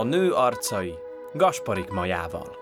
nő arcai Gasparik Majával.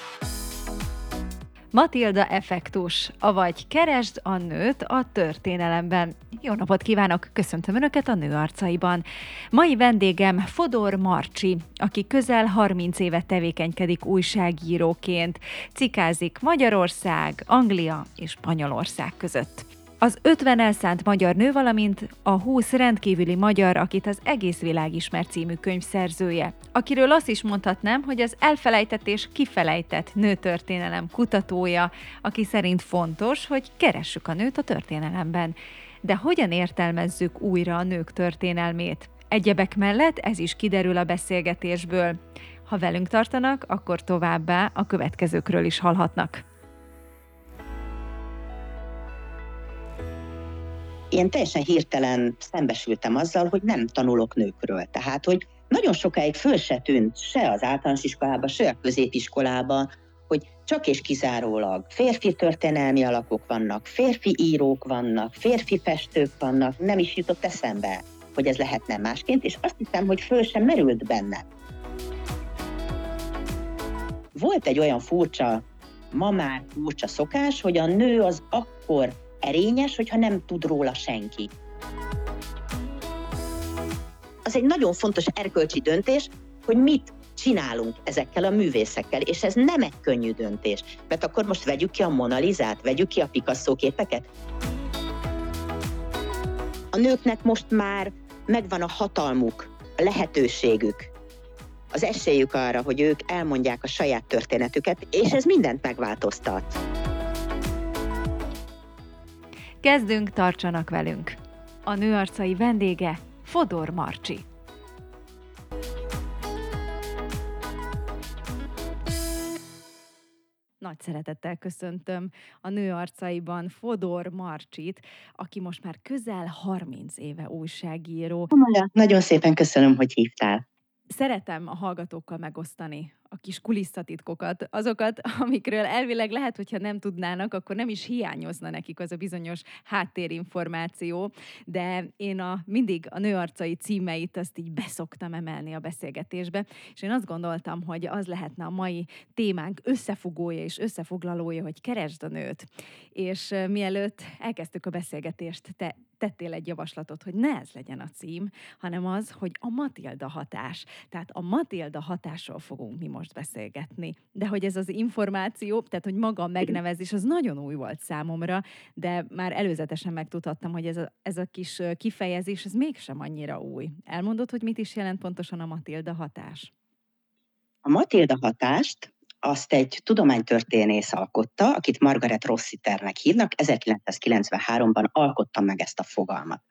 Matilda effektus, avagy keresd a nőt a történelemben. Jó napot kívánok, köszöntöm Önöket a Nő arcaiban. Mai vendégem Fodor Marcsi, aki közel 30 éve tevékenykedik újságíróként. Cikázik Magyarország, Anglia és Spanyolország között. Az 50 elszánt magyar nő, valamint a 20 rendkívüli magyar, akit az egész világ ismer című könyv szerzője, akiről azt is mondhatnám, hogy az elfelejtett és kifelejtett nőtörténelem kutatója, aki szerint fontos, hogy keressük a nőt a történelemben. De hogyan értelmezzük újra a nők történelmét? Egyebek mellett ez is kiderül a beszélgetésből. Ha velünk tartanak, akkor továbbá a következőkről is hallhatnak. Én teljesen hirtelen szembesültem azzal, hogy nem tanulok nőkről. Tehát, hogy nagyon sokáig föl se tűnt se az általános iskolában, se a középiskolában, hogy csak és kizárólag férfi történelmi alakok vannak, férfi írók vannak, férfi festők vannak, nem is jutott eszembe, hogy ez lehetne másként, és azt hiszem, hogy föl sem merült bennem. Volt egy olyan furcsa, ma már furcsa szokás, hogy a nő az akkor erényes, hogyha nem tud róla senki. Az egy nagyon fontos erkölcsi döntés, hogy mit csinálunk ezekkel a művészekkel, és ez nem egy könnyű döntés, mert akkor most vegyük ki a Mona Lisát, vegyük ki a Picasso képeket. A nőknek most már megvan a hatalmuk, a lehetőségük, az esélyük arra, hogy ők elmondják a saját történetüket, és ez mindent megváltoztat. Kezdünk, tartsanak velünk! A Nő arcai vendége Fodor Marcsi. Nagy szeretettel köszöntöm a Nő arcaiban Fodor Marcsit, aki most már közel 30 éve újságíró. Nagyon szépen köszönöm, hogy hívtál. Szeretem a hallgatókkal megosztani a kis kulisszatitkokat, azokat, amikről elvileg lehet, hogyha nem tudnának, akkor nem is hiányozna nekik az a bizonyos háttérinformáció, de én mindig a Nő arcai címeit azt így beszoktam emelni a beszélgetésbe, és én azt gondoltam, hogy az lehetne a mai témánk összefogója és összefoglalója, hogy keresd a nőt. És mielőtt elkezdtük a beszélgetést, te tettél egy javaslatot, hogy ne ez legyen a cím, hanem az, hogy a Matilda hatás. Tehát a Matilda hatásról fogunk mi most beszélgetni. De hogy ez az információ, tehát hogy maga a megnevezés, az nagyon új volt számomra, de már előzetesen megtudhattam, hogy ez a kis kifejezés, ez mégsem annyira új. Elmondod, hogy mit is jelent pontosan a Matilda hatás? A Matilda hatást azt egy tudománytörténész alkotta, akit Margaret Rossiternek hívnak, 1993-ban alkotta meg ezt a fogalmat.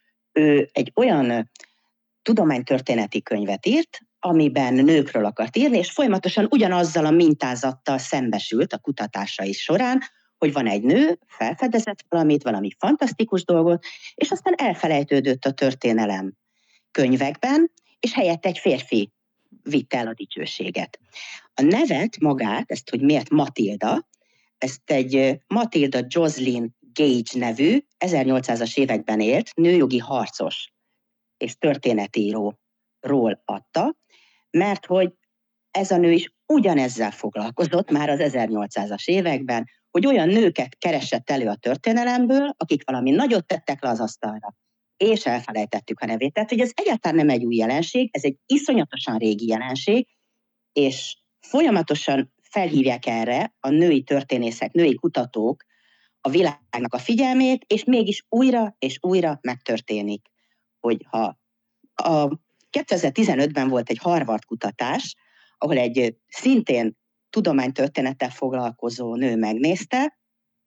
Ő egy olyan tudománytörténeti könyvet írt, amiben nőkről akart írni, és folyamatosan ugyanazzal a mintázattal szembesült a kutatásai során, hogy van egy nő, felfedezett valamit, valami fantasztikus dolgot, és aztán elfelejtődött a történelem könyvekben, és helyett egy férfi vitte el a dicsőséget. A nevet magát, ezt, hogy miért Matilda, ezt egy Matilda Joslyn Gage nevű, 1800-as években élt nőjogi harcos és történetíróról adta, mert hogy ez a nő is ugyanezzel foglalkozott már az 1800-as években, hogy olyan nőket keresett elő a történelemből, akik valami nagyot tettek le az asztalra, és elfelejtettük a nevét. Tehát, hogy ez egyáltalán nem egy új jelenség, ez egy iszonyatosan régi jelenség, és folyamatosan felhívják erre a női történészek, női kutatók a világnak a figyelmét, és mégis újra és újra megtörténik, hogy ha a 2015-ben volt egy Harvard kutatás, ahol egy szintén tudománytörténettel foglalkozó nő megnézte,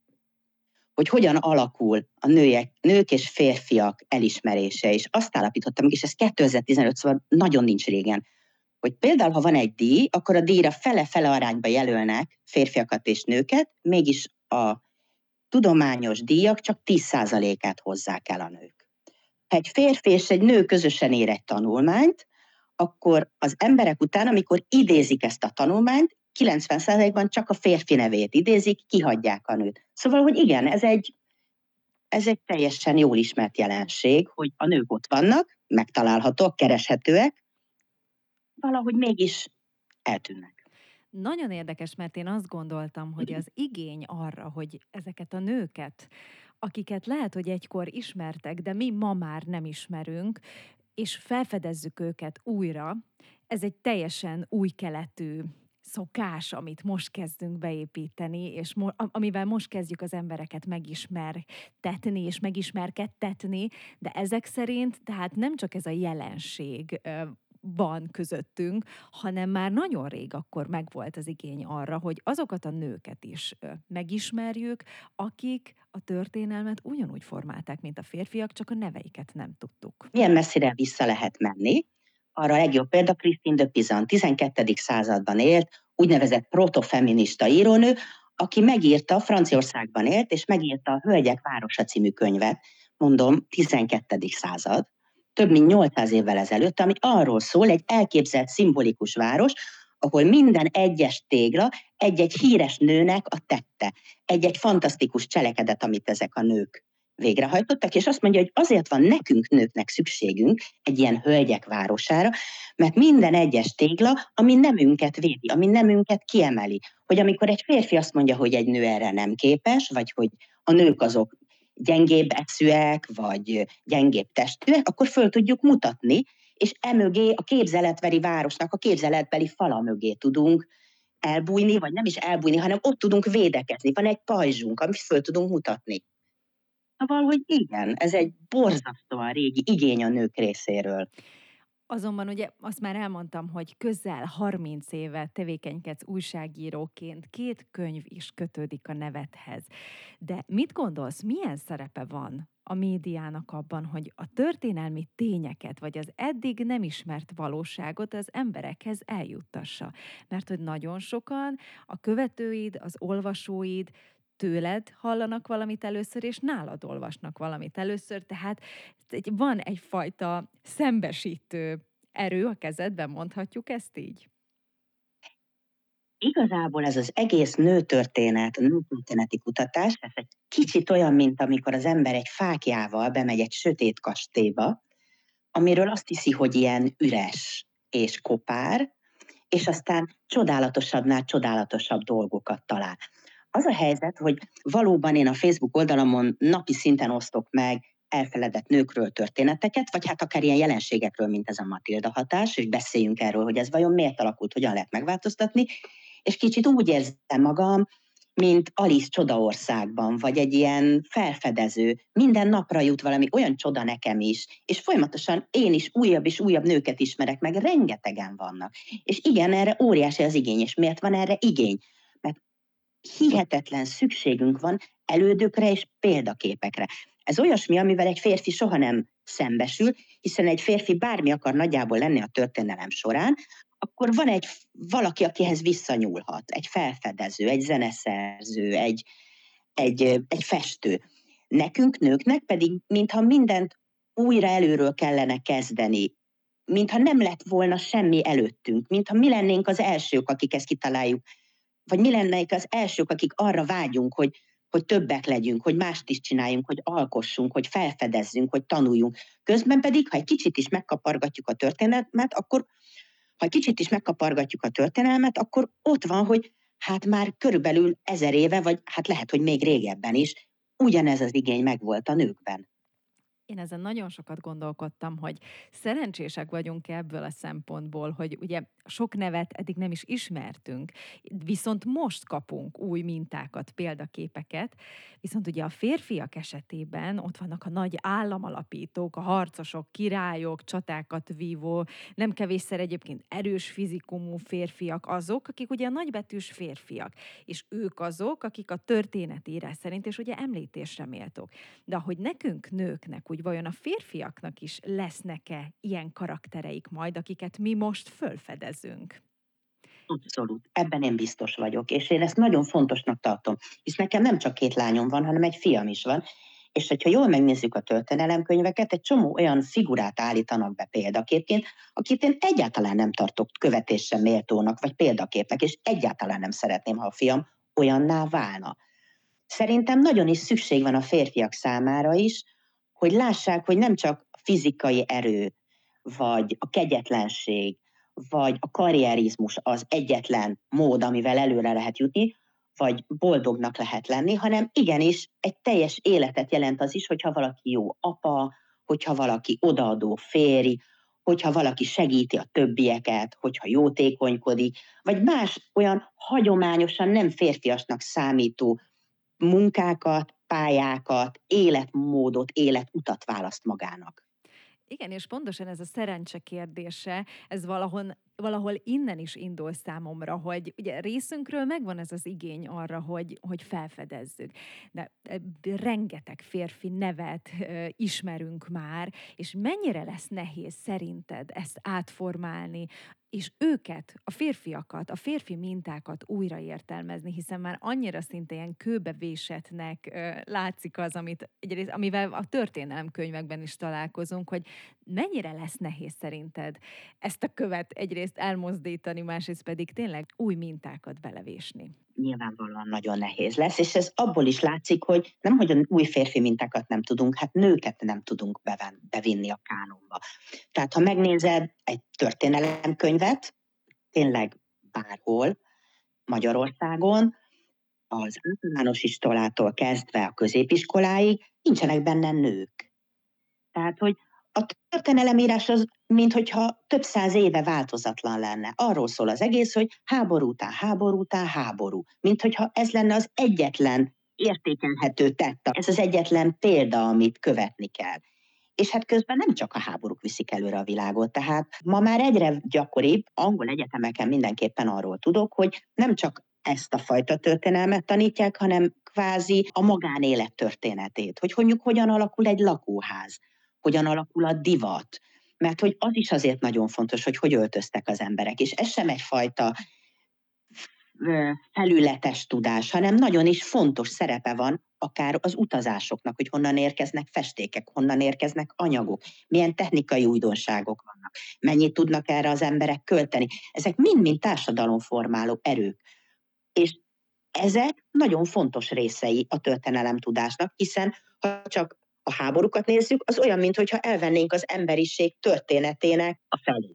hogy hogyan alakul a nők és férfiak elismerése, és azt állapítottam meg, és ez 2015, szóval nagyon nincs régen, hogy például, ha van egy díj, akkor a díjra fele-fele arányba jelölnek férfiakat és nőket, mégis a tudományos díjak csak 10%-át hozzák el a nők. Ha egy férfi és egy nő közösen ír egy tanulmányt, akkor az emberek után, amikor idézik ezt a tanulmányt, 90%-ban csak a férfi nevét idézik, kihagyják a nőt. Szóval, hogy igen, ez egy teljesen jól ismert jelenség, hogy a nők ott vannak, megtalálhatók, kereshetőek, valahogy mégis eltűnnek. Nagyon érdekes, mert én azt gondoltam, hogy az igény arra, hogy ezeket a nőket, akiket lehet, hogy egykor ismertek, de mi ma már nem ismerünk, és felfedezzük őket újra, ez egy teljesen új keletű szokás, amit most kezdünk beépíteni, és amivel most kezdjük az embereket megismertetni és megismerkedtetni, de ezek szerint, tehát nem csak ez a jelenség van közöttünk, hanem már nagyon rég akkor megvolt az igény arra, hogy azokat a nőket is megismerjük, akik a történelmet ugyanúgy formálták, mint a férfiak, csak a neveiket nem tudtuk. Milyen messzire vissza lehet menni? Arra a legjobb példa Christine de Pizan, 12. században élt, úgynevezett protofeminista írónő, aki megírta, Franciaországban élt, és megírta a Hölgyek városa című könyvet, mondom, 12. század, több mint 800 évvel ezelőtt, ami arról szól, egy elképzelt szimbolikus város, ahol minden egyes tégla egy-egy híres nőnek a tette, egy-egy fantasztikus cselekedet, amit ezek a nők végrehajtottak, és azt mondja, hogy azért van nekünk nőknek szükségünk egy ilyen hölgyek városára, mert minden egyes tégla, ami nemünket védi, ami nemünket kiemeli. Hogy amikor egy férfi azt mondja, hogy egy nő erre nem képes, vagy hogy a nők azok gyengébb eszűek, vagy gyengébb testűek, akkor föl tudjuk mutatni, és emögé a képzeletbeli városnak, a képzeletbeli fala mögé tudunk elbújni, vagy nem is elbújni, hanem ott tudunk védekezni. Van egy pajzsunk, amit föl tudunk mutatni. Szóval, hogy igen, ez egy borzasztóan régi igény a nők részéről. Azonban ugye azt már elmondtam, hogy közel 30 éve tevékenykedsz újságíróként, 2 könyv is kötődik a nevedhez. De mit gondolsz, milyen szerepe van a médiának abban, hogy a történelmi tényeket, vagy az eddig nem ismert valóságot az emberekhez eljuttassa? Mert hogy nagyon sokan, a követőid, az olvasóid tőled hallanak valamit először, és nálad olvasnak valamit először, tehát van egyfajta szembesítő erő a kezedben, mondhatjuk ezt így? Igazából ez az egész nőtörténet, a nőtörténeti kutatás, ez egy kicsit olyan, mint amikor az ember egy fáklyával bemegy egy sötét kastélyba, amiről azt hiszi, hogy ilyen üres és kopár, és aztán csodálatosabbnál csodálatosabb dolgokat talál. Az a helyzet, hogy valóban én a Facebook oldalamon napi szinten osztok meg elfeledett nőkről történeteket, vagy hát akár ilyen jelenségekről, mint ez a Matilda hatás, és beszéljünk erről, hogy ez vajon miért alakult, hogyan lehet megváltoztatni, és kicsit úgy érzem magam, mint Alice Csodaországban, vagy egy ilyen felfedező, minden napra jut valami olyan csoda nekem is, és folyamatosan én is újabb és újabb nőket ismerek meg, rengetegen vannak. És igen, erre óriási az igény, és miért van erre igény? Mert hihetetlen szükségünk van elődökre és példaképekre. Ez olyasmi, amivel egy férfi soha nem szembesül, hiszen egy férfi bármi akar nagyjából lenni a történelem során, akkor van valaki, akihez visszanyúlhat, egy felfedező, egy zeneszerző, egy festő. Nekünk, nőknek pedig, mintha mindent újra előről kellene kezdeni, mintha nem lett volna semmi előttünk, mintha mi lennénk az elsők, akik ezt kitaláljuk, vagy mi lennénk az elsők, akik arra vágyunk, hogy többek legyünk, hogy mást is csináljunk, hogy alkossunk, hogy felfedezzünk, hogy tanuljunk. Közben pedig, ha egy kicsit is megkapargatjuk a történelmet, akkor ott van, hogy hát már körülbelül 1000 éve, vagy hát lehet, hogy még régebben is, ugyanez az igény megvolt a nőkben. Én ezen nagyon sokat gondolkodtam, hogy szerencsések vagyunk ebből a szempontból, hogy ugye sok nevet eddig nem is ismertünk, viszont most kapunk új mintákat, példaképeket, viszont ugye a férfiak esetében ott vannak a nagy államalapítók, a harcosok, királyok, csatákat vívó, nem kevésszer egyébként erős fizikumú férfiak azok, akik ugye nagybetűs férfiak, és ők azok, akik a történetírás szerint, és ugye említésre méltók. De ahogy nekünk nőknek, úgy vajon a férfiaknak is lesznek-e ilyen karaktereik majd, akiket mi most fölfedezünk? Abszolút. Ebben én biztos vagyok, és én ezt nagyon fontosnak tartom, hisz nekem nem csak 2 lányom van, hanem egy fiam is van, és hogyha jól megnézzük a történelemkönyveket, egy csomó olyan figurát állítanak be példaképként, akit én egyáltalán nem tartok követésre méltónak, vagy példaképnek, és egyáltalán nem szeretném, ha a fiam olyanná válna. Szerintem nagyon is szükség van a férfiak számára is, hogy lássák, hogy nem csak a fizikai erő, vagy a kegyetlenség, vagy a karrierizmus az egyetlen mód, amivel előre lehet jutni, vagy boldognak lehet lenni, hanem igenis egy teljes életet jelent az is, hogyha valaki jó apa, hogyha valaki odaadó férj, hogyha valaki segíti a többieket, hogyha jótékonykodik, vagy más olyan hagyományosan nem férfiasnak számító munkákat, pályákat, életmódot, életutat választ magának. Igen, és pontosan ez a szerencse kérdése, ez valahol innen is indul számomra, hogy ugye részünkről megvan ez az igény arra, hogy felfedezzük. De rengeteg férfi nevet ismerünk már, és mennyire lesz nehéz szerinted ezt átformálni, és őket, a férfiakat, a férfi mintákat újra értelmezni, hiszen már annyira szinte ilyen kőbevésetnek látszik az, amivel a történelemkönyvekben is találkozunk, hogy mennyire lesz nehéz szerinted ezt a követ egyrészt elmozdítani, másrészt pedig tényleg új mintákat belevésni? Nyilvánvalóan nagyon nehéz lesz, és ez abból is látszik, hogy nem, hogy a új férfi mintákat nem tudunk, hát nőket nem tudunk bevinni a kánonba. Tehát ha megnézed egy történelemkönyvet, tényleg bárhol, Magyarországon, az általános iskolától kezdve a középiskoláig nincsenek benne nők. Tehát, hogy a történelemírás az, minthogyha több száz éve változatlan lenne. Arról szól az egész, hogy háború után háború után háború. Minthogyha ez lenne az egyetlen értékelhető tett, ez az egyetlen példa, amit követni kell. És hát közben nem csak a háborúk viszik előre a világot, tehát ma már egyre gyakoribb, angol egyetemeken mindenképpen arról tudok, hogy nem csak ezt a fajta történelmet tanítják, hanem kvázi a magánélet történetét, hogy mondjuk hogyan alakul egy lakóház, hogyan alakul a divat, mert hogy az is azért nagyon fontos, hogy öltöztek az emberek, és ez sem egyfajta felületes tudás, hanem nagyon is fontos szerepe van akár az utazásoknak, hogy honnan érkeznek festékek, honnan érkeznek anyagok, milyen technikai újdonságok vannak, mennyit tudnak erre az emberek költeni. Ezek mind-mind társadalomformáló erők. És ezek nagyon fontos részei a történelemtudásnak, hiszen ha csak a háborúkat nézzük, az olyan, mintha elvennénk az emberiség történetének a felét.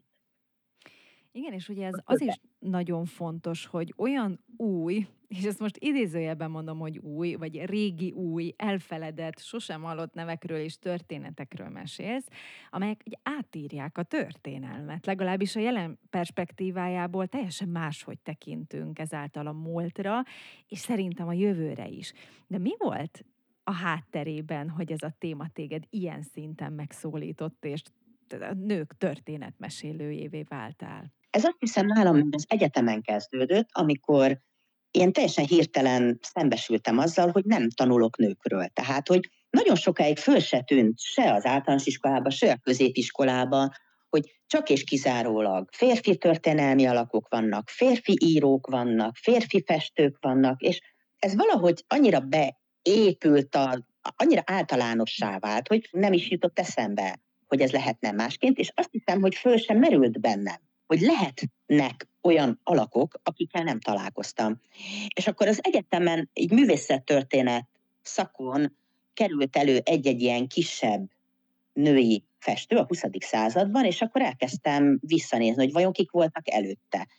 Igen, és ugye ez az is nagyon fontos, hogy olyan új, és ezt most idézőjelben mondom, hogy új, vagy régi új, elfeledett, sosem hallott nevekről és történetekről mesélsz, amelyek ugye átírják a történelmet. Legalábbis a jelen perspektívájából teljesen máshogy tekintünk ezáltal a múltra, és szerintem a jövőre is. De mi volt a hátterében, hogy ez a téma téged ilyen szinten megszólított, és a nők történetmesélőjévé váltál? Ez azt hiszem nálam még az egyetemen kezdődött, amikor én teljesen hirtelen szembesültem azzal, hogy nem tanulok nőkről. Tehát, hogy nagyon sokáig föl se tűnt se az általános iskolában, se a középiskolában, hogy csak és kizárólag férfi történelmi alakok vannak, férfi írók vannak, férfi festők vannak, és ez valahogy annyira beépült, annyira általánossá vált, hogy nem is jutott eszembe, hogy ez lehetne másként, és azt hiszem, hogy föl sem merült bennem, hogy lehetnek olyan alakok, akikkel nem találkoztam. És akkor az egyetemen egy művészettörténet szakon került elő egy-egy ilyen kisebb női festő a 20. században, és akkor elkezdtem visszanézni, hogy vajon kik voltak előtte,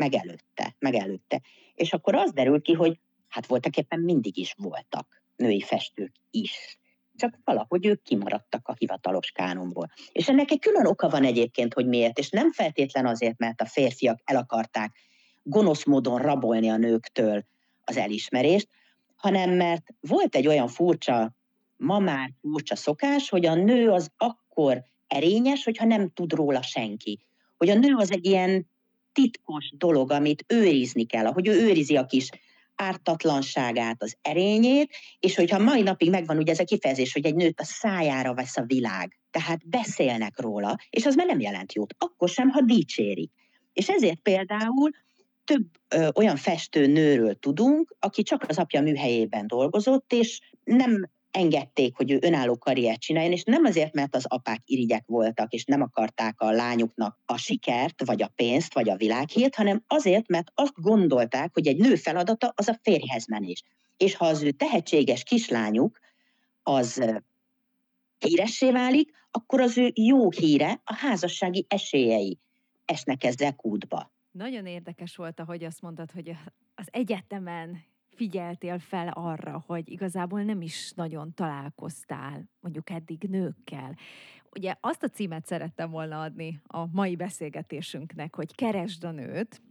meg előtte. És akkor az derült ki, hogy hát voltak éppen mindig is voltak női festők is. Csak valahogy ők kimaradtak a hivatalos kánonból. És ennek egy külön oka van egyébként, hogy miért, és nem feltétlen azért, mert a férfiak el akarták gonosz módon rabolni a nőktől az elismerést, hanem mert volt egy olyan furcsa, ma már furcsa szokás, hogy a nő az akkor erényes, hogyha nem tud róla senki. Hogy a nő az egy ilyen titkos dolog, amit őrizni kell, ahogy ő őrizi a kis ártatlanságát, az erényét, és hogyha mai napig megvan ugye ez a kifejezés, hogy egy nőt a szájára vesz a világ, tehát beszélnek róla, és az már nem jelent jót, akkor sem, ha dicsérik. És ezért például több olyan festő nőről tudunk, aki csak az apja műhelyében dolgozott, és nem engedték, hogy ő önálló karriert csináljon, és nem azért, mert az apák irigyek voltak, és nem akarták a lányuknak a sikert, vagy a pénzt, vagy a világhírt, hanem azért, mert azt gondolták, hogy egy nő feladata az a férjhez menés. És ha az ő tehetséges kislányuk az híressé válik, akkor az ő jó híre a házassági esélyei esnek ezzel kútba. Nagyon érdekes volt, ahogy azt mondtad, hogy az egyetemen figyeltél fel arra, hogy igazából nem is nagyon találkoztál mondjuk eddig nőkkel. Ugye azt a címet szerettem volna adni a mai beszélgetésünknek, hogy keresd a nőt,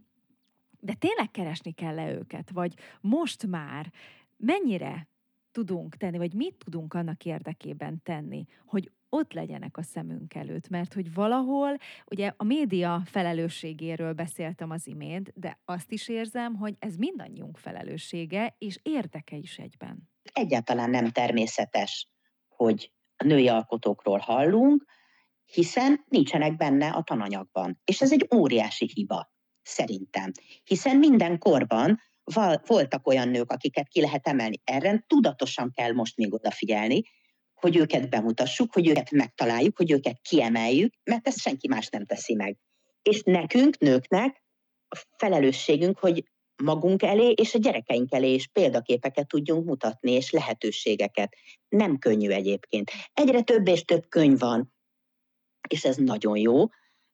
de tényleg keresni kell-e őket? Vagy most már mennyire tudunk tenni, vagy mit tudunk annak érdekében tenni, hogy ott legyenek a szemünk előtt? Mert hogy valahol, ugye a média felelősségéről beszéltem az imént, de azt is érzem, hogy ez mindannyiunk felelőssége, és érdeke is egyben. Egyáltalán nem természetes, hogy a női alkotókról hallunk, hiszen nincsenek benne a tananyagban. És ez egy óriási hiba, szerintem. Hiszen minden korban voltak olyan nők, akiket ki lehet emelni. Erre tudatosan kell most még odafigyelni, hogy őket bemutassuk, hogy őket megtaláljuk, hogy őket kiemeljük, mert ezt senki más nem teszi meg. És nekünk, nőknek a felelősségünk, hogy magunk elé és a gyerekeink elé is példaképeket tudjunk mutatni, és lehetőségeket. Nem könnyű egyébként. Egyre több és több könyv van, és ez nagyon jó,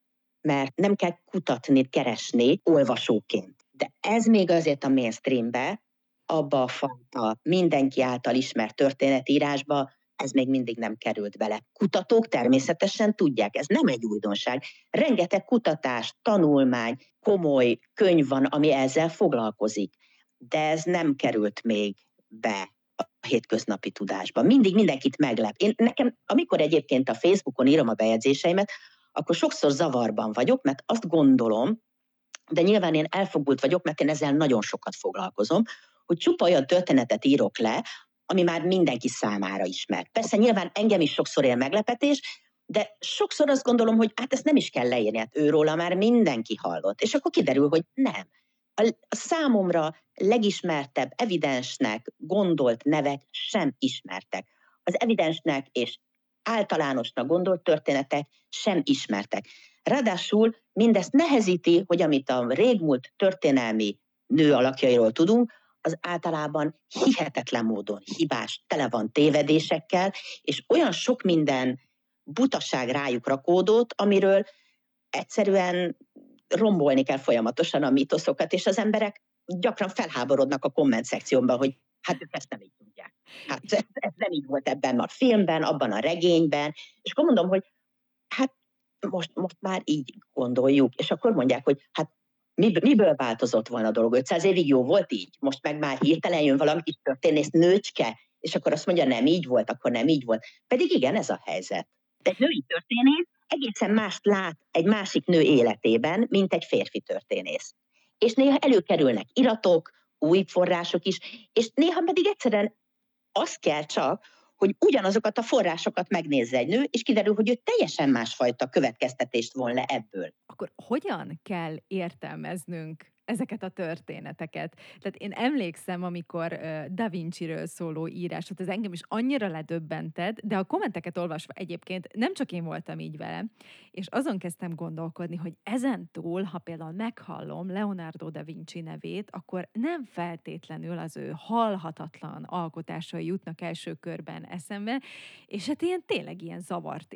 mert nem kell kutatni, keresni olvasóként. De ez még azért a mainstreambe, abba a fajta mindenki által ismert történetírásba, ez még mindig nem került bele. Kutatók természetesen tudják, ez nem egy újdonság. Rengeteg kutatás, tanulmány, komoly könyv van, ami ezzel foglalkozik. De ez nem került még be a hétköznapi tudásba. Mindig mindenkit meglep. Nekem, amikor egyébként a Facebookon írom a bejegyzéseimet, akkor sokszor zavarban vagyok, mert azt gondolom, de nyilván én elfogult vagyok, mert én ezzel nagyon sokat foglalkozom, hogy csupa olyan történetet írok le, ami már mindenki számára ismert. Persze nyilván engem is sokszor ér meglepetés, de sokszor azt gondolom, hogy hát ezt nem is kell leírni, hát őróla már mindenki hallott. És akkor kiderül, hogy nem. A számomra legismertebb, evidensnek gondolt nevek sem ismertek. Az evidensnek és általánosnak gondolt történetek sem ismertek. Ráadásul mindezt nehezíti, hogy amit a régmúlt történelmi nő alakjairól tudunk, az általában hihetetlen módon hibás, tele van tévedésekkel, és olyan sok minden butaság rájuk rakódott, amiről egyszerűen rombolni kell folyamatosan a mítoszokat, és az emberek gyakran felháborodnak a komment szekcióban, hogy hát ők ezt nem így tudják. Hát ez nem így volt ebben a filmben, abban a regényben, és akkor mondom, hogy hát most már így gondoljuk, és akkor mondják, hogy hát miből változott volna a dolog? 500 évig jó volt így? Most meg már hirtelen jön valami kis történész nőcske, és akkor azt mondja, nem így volt, akkor nem így volt. Pedig igen, ez a helyzet. De egy női történész egészen mást lát egy másik nő életében, mint egy férfi történész. És néha előkerülnek iratok, új források is, és néha pedig egyszerűen az kell csak, hogy ugyanazokat a forrásokat megnézze egy nő, és kiderül, hogy ő teljesen másfajta következtetést von le ebből. Akkor hogyan kell értelmeznünk ezeket a történeteket? Tehát én emlékszem, amikor Da Vinciről szóló írásot, ez engem is annyira ledöbbentett, de a kommenteket olvasva egyébként nem csak én voltam így vele, és azon kezdtem gondolkodni, hogy ezentúl, ha például meghallom Leonardo da Vinci nevét, akkor nem feltétlenül az ő halhatatlan alkotásai jutnak első körben eszembe, és hát én tényleg ilyen zavart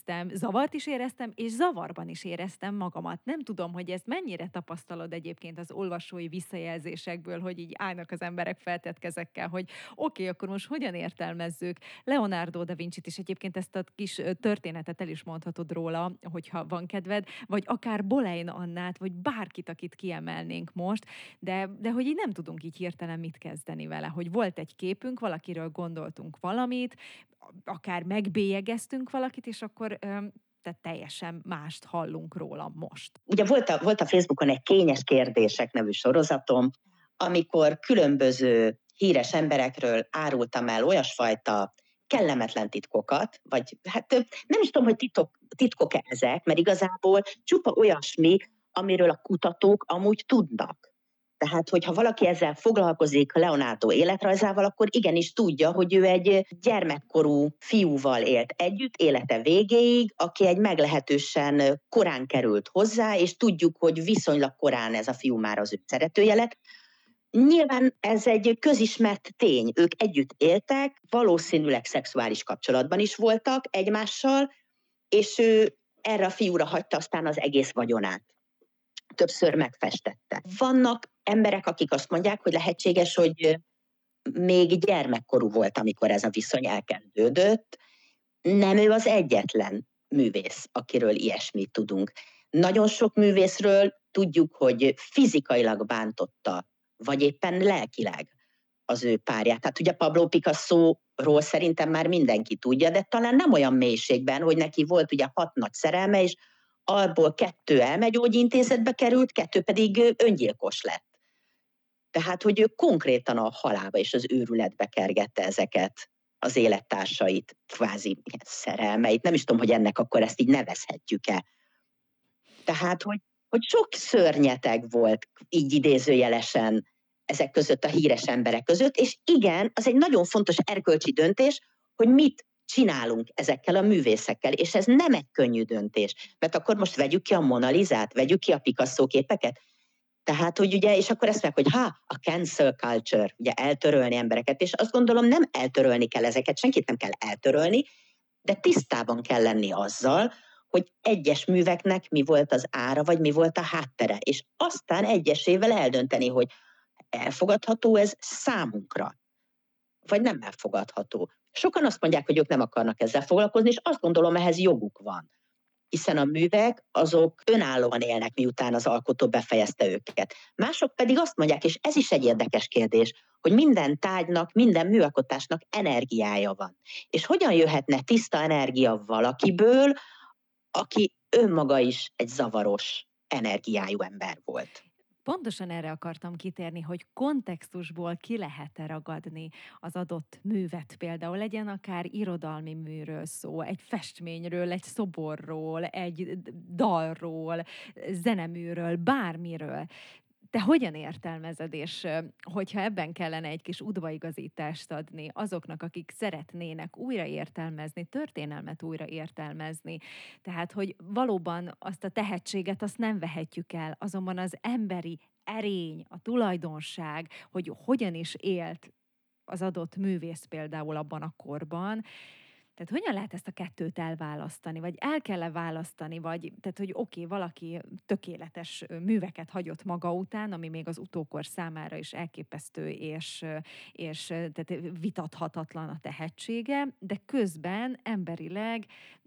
is éreztem, és zavarban is éreztem magamat. Nem tudom, hogy ezt mennyire tapasztalod egyébként az olvasói visszajelzésekből, hogy így állnak az emberek feltett kezekkel, hogy oké, akkor most hogyan értelmezzük Leonardo da Vincit, és egyébként ezt a kis történetet el is mondhatod róla, hogyha van kedved, vagy akár Boleyn Annát, vagy bárkit, akit kiemelnénk most, de hogy így nem tudunk így hirtelen mit kezdeni vele, hogy volt egy képünk, valakiről gondoltunk valamit, akár megbélyegeztünk valakit, és akkor tehát teljesen mást hallunk róla most. Ugye volt a Facebookon egy Kényes kérdések nevű sorozatom, amikor különböző híres emberekről árultam el olyasfajta kellemetlen titkokat, vagy hát nem is tudom, hogy titkok-e ezek, mert igazából csupa olyasmi, amiről a kutatók amúgy tudnak. Tehát, hogyha valaki ezzel foglalkozik Leonardo életrajzával, akkor igenis tudja, hogy ő egy gyermekkorú fiúval élt együtt, élete végéig, aki egy meglehetősen korán került hozzá, és tudjuk, hogy viszonylag korán ez a fiú már az ő szeretője lett. Nyilván ez egy közismert tény. Ők együtt éltek, valószínűleg szexuális kapcsolatban is voltak egymással, és ő erre a fiúra hagyta aztán az egész vagyonát. többször megfestette. Vannak emberek, akik azt mondják, hogy lehetséges, hogy még gyermekkorú volt, amikor ez a viszony elkezdődött. Nem ő az egyetlen művész, akiről ilyesmit tudunk. Nagyon sok művészről tudjuk, hogy fizikailag bántotta, vagy éppen lelkileg az ő párját. Hát ugye Pablo Picasso-ról szerintem már mindenki tudja, de talán nem olyan mélységben, hogy neki volt ugye 6 nagy szerelme, és abból 2 elmegyógyintézetbe került, 2 pedig öngyilkos lett. Tehát, hogy ő konkrétan a halálba és az őrületbe kergette ezeket az élettársait, kvázi szerelmeit. Nem is tudom, hogy ennek akkor ezt így nevezhetjük-e. Tehát, hogy sok szörnyeteg volt így idézőjelesen ezek között, a híres emberek között, és igen, az egy nagyon fontos erkölcsi döntés, hogy mit csinálunk ezekkel a művészekkel, és ez nem egy könnyű döntés, mert akkor most vegyük ki a Mona Lisát, vegyük ki a Picasso képeket, tehát, hogy ugye, és akkor ezt mondják, hogy a cancel culture, ugye eltörölni embereket, és azt gondolom, nem eltörölni kell ezeket, senkit nem kell eltörölni, de tisztában kell lenni azzal, hogy egyes műveknek mi volt az ára, vagy mi volt a háttere, és aztán egyesével eldönteni, hogy elfogadható ez számunkra, vagy nem elfogadható. Sokan azt mondják, hogy ők nem akarnak ezzel foglalkozni, és azt gondolom, ehhez joguk van. Hiszen a művek azok önállóan élnek, miután az alkotó befejezte őket. Mások pedig azt mondják, és ez is egy érdekes kérdés, hogy minden tárgynak, minden műalkotásnak energiája van. És hogyan jöhetne tiszta energia valakiből, aki önmaga is egy zavaros energiájú ember volt? Pontosan erre akartam kitérni, hogy kontextusból ki lehet-e ragadni az adott művet, például legyen akár irodalmi műről szó, egy festményről, egy szoborról, egy dalról, zeneműről, bármiről. Te hogyan értelmezed, és hogyha ebben kellene egy kis udvaigazítást adni azoknak, akik szeretnének újraértelmezni, történelmet újraértelmezni, tehát, hogy valóban azt a tehetséget, azt nem vehetjük el, azonban az emberi erény, a tulajdonság, hogy hogyan is élt az adott művész például abban a korban, tehát hogyan lehet ezt a kettőt elválasztani, vagy el kell-e választani, vagy tehát, hogy oké, valaki tökéletes műveket hagyott maga után, ami még az utókor számára is elképesztő, és tehát vitathatatlan a tehetsége, de közben emberileg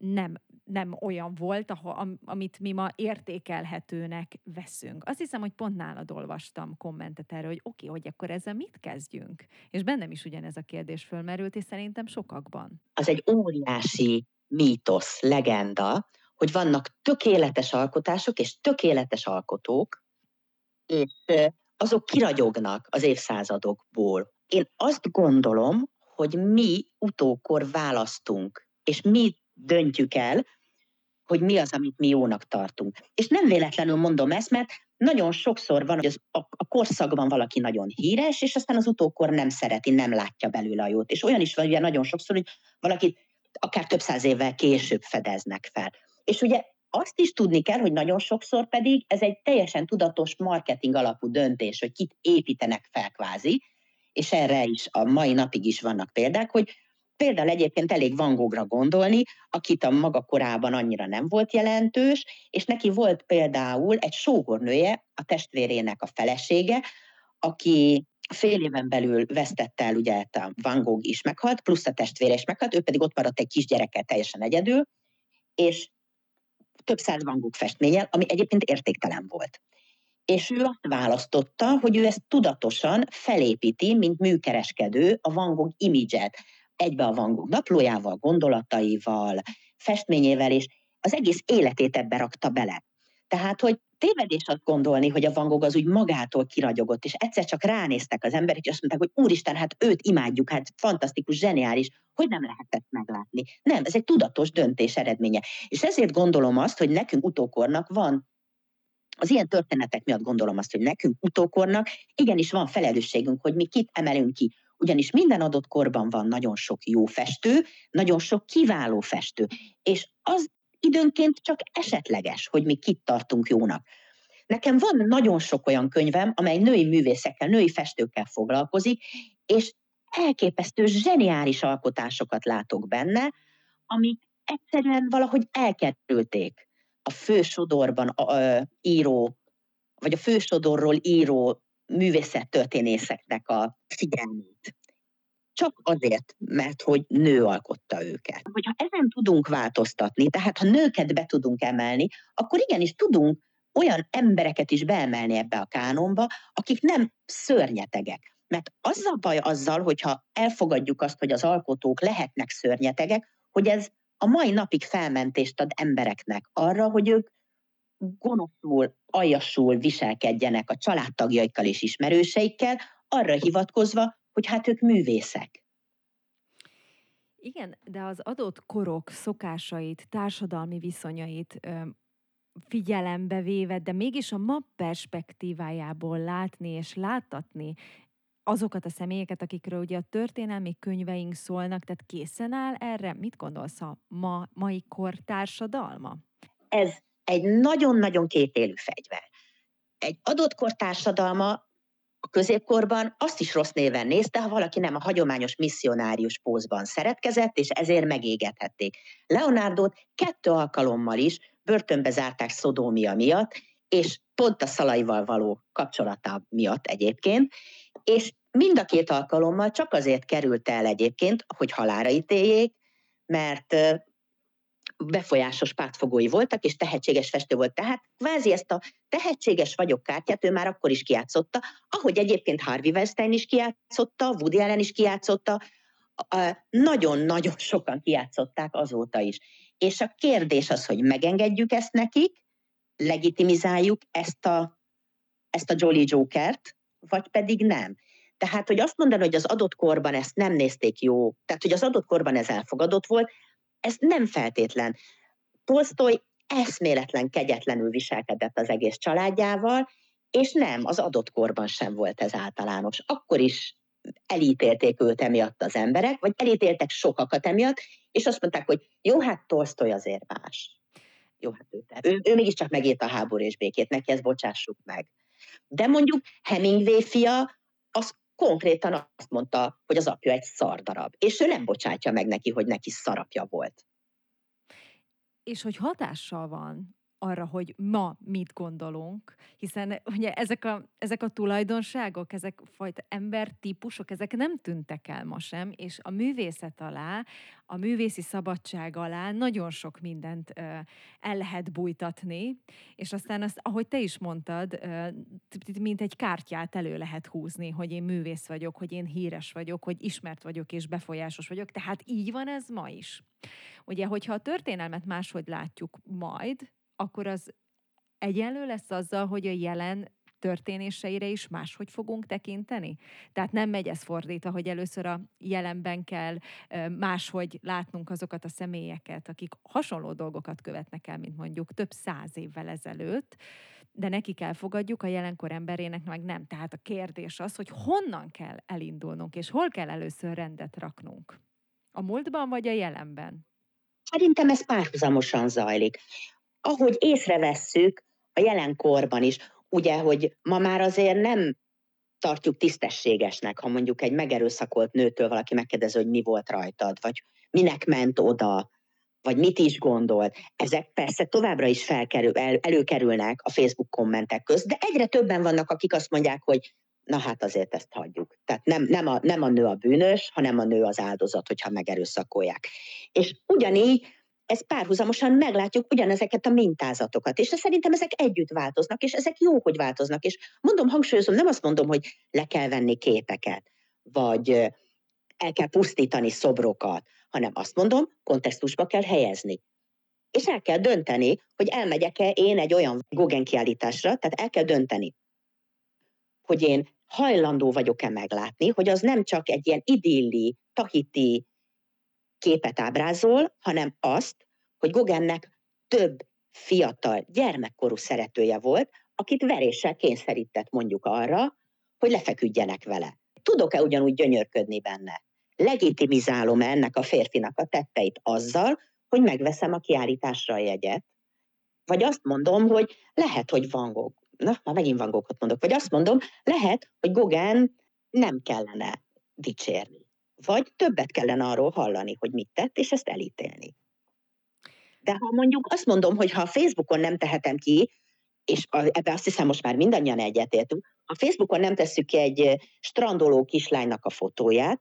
nem olyan volt, amit mi ma értékelhetőnek veszünk. Azt hiszem, hogy pont nálad olvastam kommentet erről, hogy oké, hogy akkor ezzel mit kezdjünk? És bennem is ugyanez a kérdés fölmerült, és szerintem sokakban. Az egy óriási mítosz, legenda, hogy vannak tökéletes alkotások és tökéletes alkotók, és azok kiragyognak az évszázadokból. Én azt gondolom, hogy mi utókor választunk, és mi döntjük el, hogy mi az, amit mi jónak tartunk. És nem véletlenül mondom ezt, mert nagyon sokszor van, hogy a korszakban valaki nagyon híres, és aztán az utókor nem szereti, nem látja belőle a jót. És olyan is van ugye nagyon sokszor, hogy valakit akár több száz évvel később fedeznek fel. És ugye azt is tudni kell, hogy nagyon sokszor pedig ez egy teljesen tudatos marketing alapú döntés, hogy kit építenek fel kvázi, és erre is a mai napig is vannak példák, hogy például egyébként elég Van Goghra gondolni, akit a maga korában annyira nem volt jelentős, és neki volt például egy sógornője, a testvérének a felesége, aki fél éven belül vesztette el, ugye a Van Gogh is meghalt, plusz a testvére is meghalt, ő pedig ott maradt egy kisgyerekkel teljesen egyedül, és több száz Van Gogh festménnyel, ami egyébként értéktelen volt. És ő azt választotta, hogy ő ezt tudatosan felépíti, mint műkereskedő a Van Gogh imidzset, egybe a Van Gogh naplójával, gondolataival, festményével, és az egész életét ebbe rakta bele. Tehát, hogy tévedés azt gondolni, hogy a Van Gogh az úgy magától kiragyogott, és egyszer csak ránéztek az emberek, és azt mondták, hogy úristen, hát őt imádjuk, hát fantasztikus, zseniális, hogy nem lehetett meglátni. Nem, ez egy tudatos döntés eredménye. És ezért gondolom azt, hogy nekünk utókornak van, az ilyen történetek miatt gondolom azt, hogy nekünk utókornak igenis van felelősségünk, hogy mi kit emelünk ki. Ugyanis minden adott korban van nagyon sok jó festő, nagyon sok kiváló festő, és az időnként csak esetleges, hogy mi kit tartunk jónak. Nekem van nagyon sok olyan könyvem, amely női művészekkel, női festőkkel foglalkozik, és elképesztő, zseniális alkotásokat látok benne, amik egyszerűen valahogy elkerülték a fősodorban író vagy a fősodorról író művészettörténészeknek a figyelmét. Csak azért, mert hogy nő alkotta őket. Hogyha ezen tudunk változtatni, tehát ha nőket be tudunk emelni, akkor igenis tudunk olyan embereket is beemelni ebbe a kánonba, akik nem szörnyetegek. Mert az a baj azzal, hogyha elfogadjuk azt, hogy az alkotók lehetnek szörnyetegek, hogy ez a mai napig felmentést ad embereknek arra, hogy ők gonoszul, aljasul viselkedjenek a családtagjaikkal és ismerőseikkel, arra hivatkozva, hogy hát ők művészek. Igen, de az adott korok szokásait, társadalmi viszonyait figyelembe véve, de mégis a ma perspektívájából látni és láttatni azokat a személyeket, akikről ugye a történelmi könyveink szólnak, tehát készen áll erre? Mit gondolsz a mai kor társadalma? Ez egy nagyon-nagyon kétélű fegyver. Egy adott kor társadalma a középkorban azt is rossz néven nézte, ha valaki nem a hagyományos misszionárius pózban szeretkezett, és ezért megégethették. Leonardót 2 alkalommal is börtönbe zárták szodómia miatt, és pont a Szalaival való kapcsolata miatt egyébként, és mind a 2 alkalommal csak azért került el egyébként, hogy halálra ítéljék, mert befolyásos pártfogói voltak, és tehetséges festő volt. Tehát kvázi ezt a tehetséges vagyok kártyát ő már akkor is kijátszotta, ahogy egyébként Harvey Weinstein is kijátszotta, Woody Allen is kijátszotta, nagyon-nagyon sokan kijátszották azóta is. És a kérdés az, hogy megengedjük ezt nekik, legitimizáljuk ezt a Jolly Jokert, vagy pedig nem. Tehát, hogy azt mondani, hogy az adott korban ezt nem nézték jó, tehát, hogy az adott korban ez elfogadott volt, ez nem feltétlen. Tolsztoj eszméletlen kegyetlenül viselkedett az egész családjával, és nem, az adott korban sem volt ez általános. Akkor is elítélték őt emiatt az emberek, vagy elítéltek sokakat emiatt, és azt mondták, hogy jó, hát Tolsztoj azért más. Jó, hát ő mégiscsak megírta a Háború és békét, neki ezt bocsássuk meg. De mondjuk Hemingway fia, az konkrétan azt mondta, hogy az apja egy szardarab, és ő nem bocsátja meg neki, hogy neki szarapja volt. És hogy hatással van arra, hogy ma mit gondolunk, hiszen ugye ezek a tulajdonságok, ezek fajta embertípusok, ezek nem tűntek el ma sem, és a művészet alá, a művészi szabadság alá nagyon sok mindent el lehet bújtatni, és aztán azt, ahogy te is mondtad, mint egy kártyát elő lehet húzni, hogy én művész vagyok, hogy én híres vagyok, hogy ismert vagyok és befolyásos vagyok, tehát így van ez ma is. Ugye, hogyha a történelmet máshogy látjuk majd, akkor az egyenlő lesz azzal, hogy a jelen történéseire is máshogy fogunk tekinteni? Tehát nem megy ez fordítva, hogy először a jelenben kell máshogy látnunk azokat a személyeket, akik hasonló dolgokat követnek el, mint mondjuk több 100 évvel ezelőtt, de nekik elfogadjuk, a jelenkor emberének meg nem. Tehát a kérdés az, hogy honnan kell elindulnunk, és hol kell először rendet raknunk? A múltban vagy a jelenben? Szerintem ez párhuzamosan zajlik. Ahogy észrevesszük a jelenkorban is, ugye, hogy ma már azért nem tartjuk tisztességesnek, ha mondjuk egy megerőszakolt nőtől valaki megkérdezi, hogy mi volt rajtad, vagy minek ment oda, vagy mit is gondolt. Ezek persze továbbra is előkerülnek a Facebook kommentek közt, de egyre többen vannak, akik azt mondják, hogy na hát azért ezt hagyjuk. Tehát nem a nő a bűnös, hanem a nő az áldozat, hogyha megerőszakolják. És ugyanígy ez párhuzamosan meglátjuk ugyanezeket a mintázatokat, és szerintem ezek együtt változnak, és ezek jó, hogy változnak, és mondom, hangsúlyozom, nem azt mondom, hogy le kell venni képeket, vagy el kell pusztítani szobrokat, hanem azt mondom, kontextusba kell helyezni. És el kell dönteni, hogy elmegyek-e én egy olyan Gauguin kiállításra, tehát el kell dönteni, hogy én hajlandó vagyok-e meglátni, hogy az nem csak egy ilyen idilli, tahiti képet ábrázol, hanem azt, hogy Gauguinnek több fiatal, gyermekkorú szeretője volt, akit veréssel kényszerített mondjuk arra, hogy lefeküdjenek vele. Tudok-e ugyanúgy gyönyörködni benne? Legitimizálom-e ennek a férfinak a tetteit azzal, hogy megveszem a kiállításra a jegyet? Vagy azt mondom, hogy lehet, hogy Van Gogh, már megint Van Goghot mondok, vagy azt mondom, lehet, hogy Gauguin nem kellene dicsérni. Vagy többet kellene arról hallani, hogy mit tett, és ezt elítélni. De ha mondjuk azt mondom, hogy ha a Facebookon nem tehetem ki, és ebbe azt hiszem most már mindannyian egyetértünk, ha Facebookon nem tesszük ki egy strandoló kislánynak a fotóját,